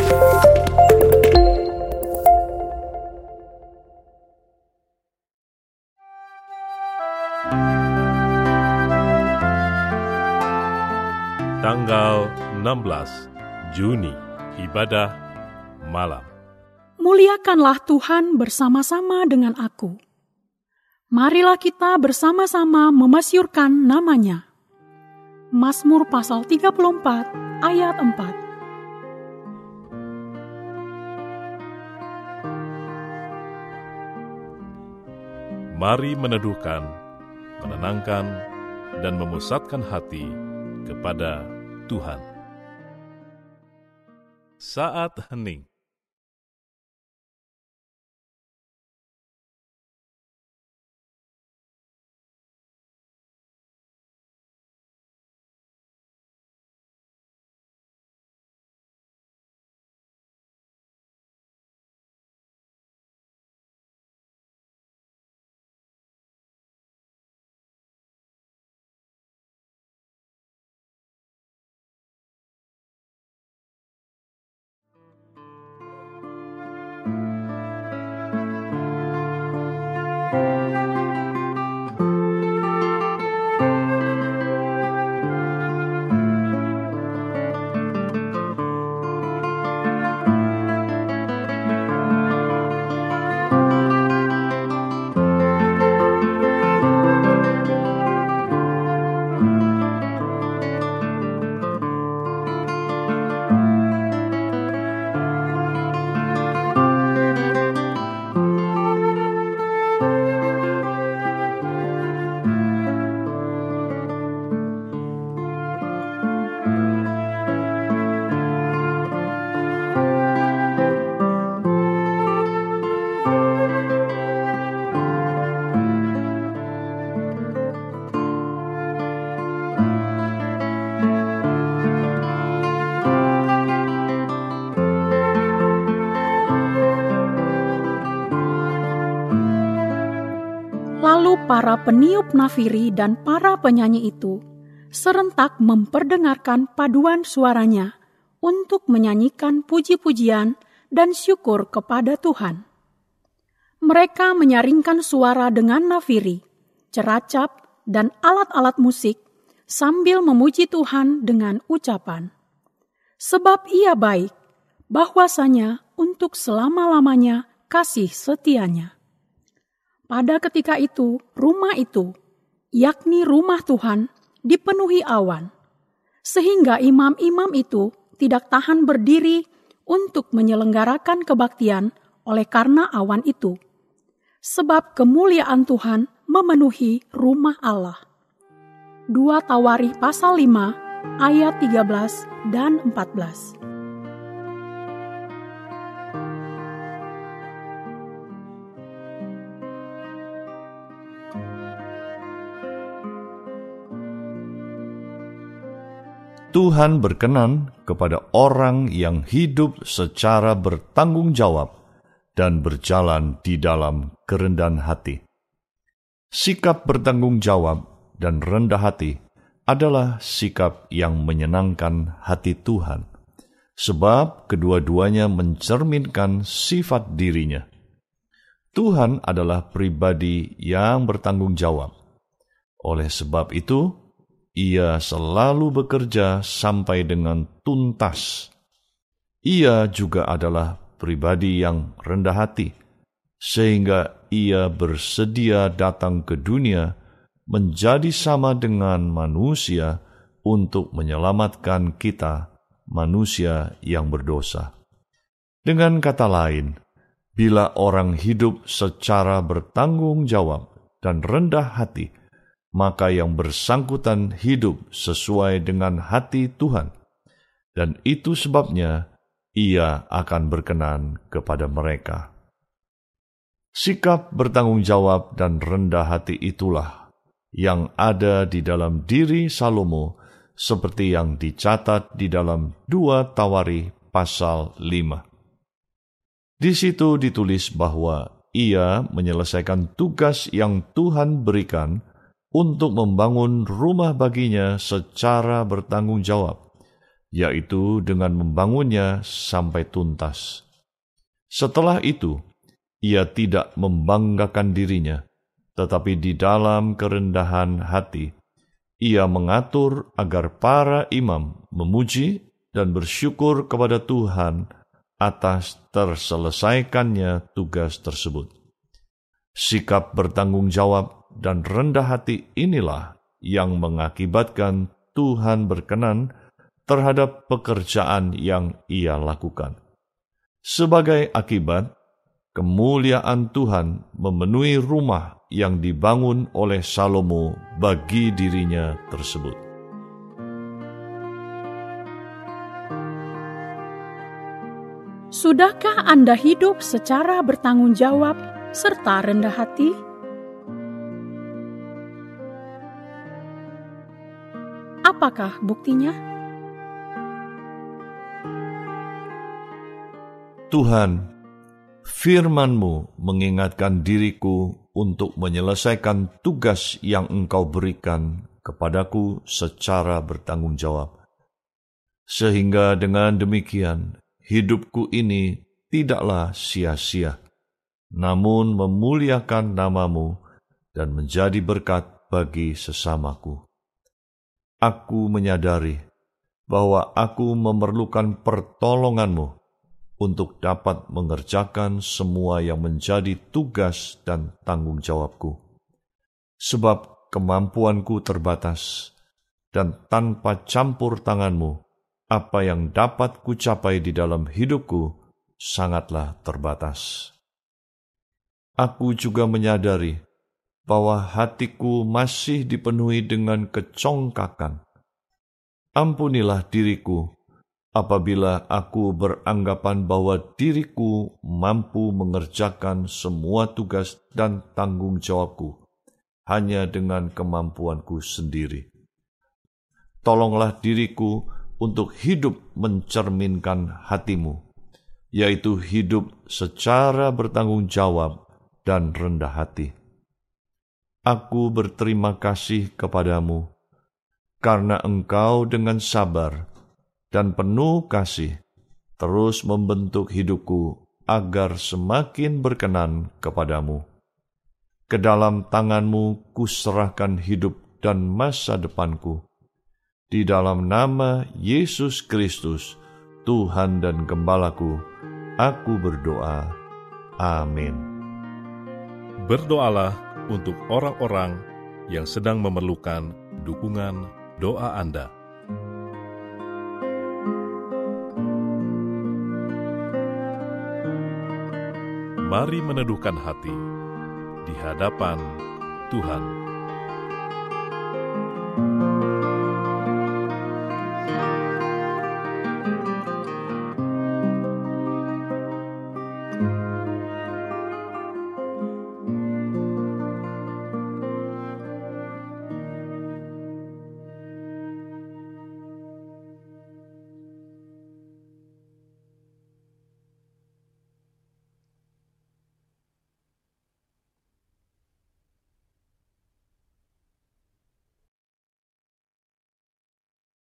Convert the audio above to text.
Tanggal 16 Juni, ibadah malam. Muliakanlah Tuhan bersama-sama dengan aku. Marilah kita bersama-sama memasyurkan nama-Nya. Mazmur pasal 34 ayat 4. Mari meneduhkan, menenangkan, dan memusatkan hati kepada Tuhan. Saat hening. Lalu para peniup nafiri dan para penyanyi itu serentak memperdengarkan paduan suaranya untuk menyanyikan puji-pujian dan syukur kepada Tuhan. Mereka menyaringkan suara dengan nafiri, ceracap, dan alat-alat musik sambil memuji Tuhan dengan ucapan, "Sebab Ia baik, bahwasanya untuk selama-lamanya kasih setianya." Pada ketika itu, rumah itu, yakni rumah Tuhan, dipenuhi awan, sehingga imam-imam itu tidak tahan berdiri untuk menyelenggarakan kebaktian oleh karena awan itu, sebab kemuliaan Tuhan memenuhi rumah Allah. 2 Tawarikh pasal 5 ayat 13 dan 14. Tuhan berkenan kepada orang yang hidup secara bertanggung jawab dan berjalan di dalam kerendahan hati. Sikap bertanggung jawab dan rendah hati adalah sikap yang menyenangkan hati Tuhan, sebab kedua-duanya mencerminkan sifat dirinya. Tuhan adalah pribadi yang bertanggung jawab. Oleh sebab itu, Ia selalu bekerja sampai dengan tuntas. Ia juga adalah pribadi yang rendah hati, sehingga Ia bersedia datang ke dunia menjadi sama dengan manusia untuk menyelamatkan kita, manusia yang berdosa. Dengan kata lain, bila orang hidup secara bertanggung jawab dan rendah hati, maka yang bersangkutan hidup sesuai dengan hati Tuhan, dan itu sebabnya Ia akan berkenan kepada mereka. Sikap bertanggung jawab dan rendah hati itulah yang ada di dalam diri Salomo, seperti yang dicatat di dalam 2 Tawarikh pasal 5. Di situ ditulis bahwa ia menyelesaikan tugas yang Tuhan berikan untuk membangun rumah baginya secara bertanggung jawab, yaitu dengan membangunnya sampai tuntas. Setelah itu, ia tidak membanggakan dirinya, tetapi di dalam kerendahan hati, ia mengatur agar para imam memuji dan bersyukur kepada Tuhan atas terselesaikannya tugas tersebut. Sikap bertanggung jawab dan rendah hati inilah yang mengakibatkan Tuhan berkenan terhadap pekerjaan yang ia lakukan. Sebagai akibat, kemuliaan Tuhan memenuhi rumah yang dibangun oleh Salomo bagi dirinya tersebut. Sudahkah Anda hidup secara bertanggung jawab serta rendah hati? Apakah buktinya? Tuhan, firman-Mu mengingatkan diriku untuk menyelesaikan tugas yang Engkau berikan kepadaku secara bertanggung jawab. Sehingga dengan demikian, hidupku ini tidaklah sia-sia, namun memuliakan nama-Mu dan menjadi berkat bagi sesamaku. Aku menyadari bahwa aku memerlukan pertolongan-Mu untuk dapat mengerjakan semua yang menjadi tugas dan tanggung jawabku. Sebab kemampuanku terbatas, dan tanpa campur tangan-Mu, apa yang dapat kucapai di dalam hidupku sangatlah terbatas. Aku juga menyadari bahwa hatiku masih dipenuhi dengan kecongkakan. Ampunilah diriku apabila aku beranggapan bahwa diriku mampu mengerjakan semua tugas dan tanggung jawabku hanya dengan kemampuanku sendiri. Tolonglah diriku untuk hidup mencerminkan hati-Mu, yaitu hidup secara bertanggung jawab dan rendah hati. Aku berterima kasih kepadamu, karena Engkau dengan sabar dan penuh kasih terus membentuk hidupku agar semakin berkenan kepadamu. Ke dalam tangan-Mu kuserahkan hidup dan masa depanku. Di dalam nama Yesus Kristus, Tuhan dan Gembalaku, aku berdoa. Amin. Berdoalah untuk orang-orang yang sedang memerlukan dukungan doa Anda. Mari meneduhkan hati di hadapan Tuhan.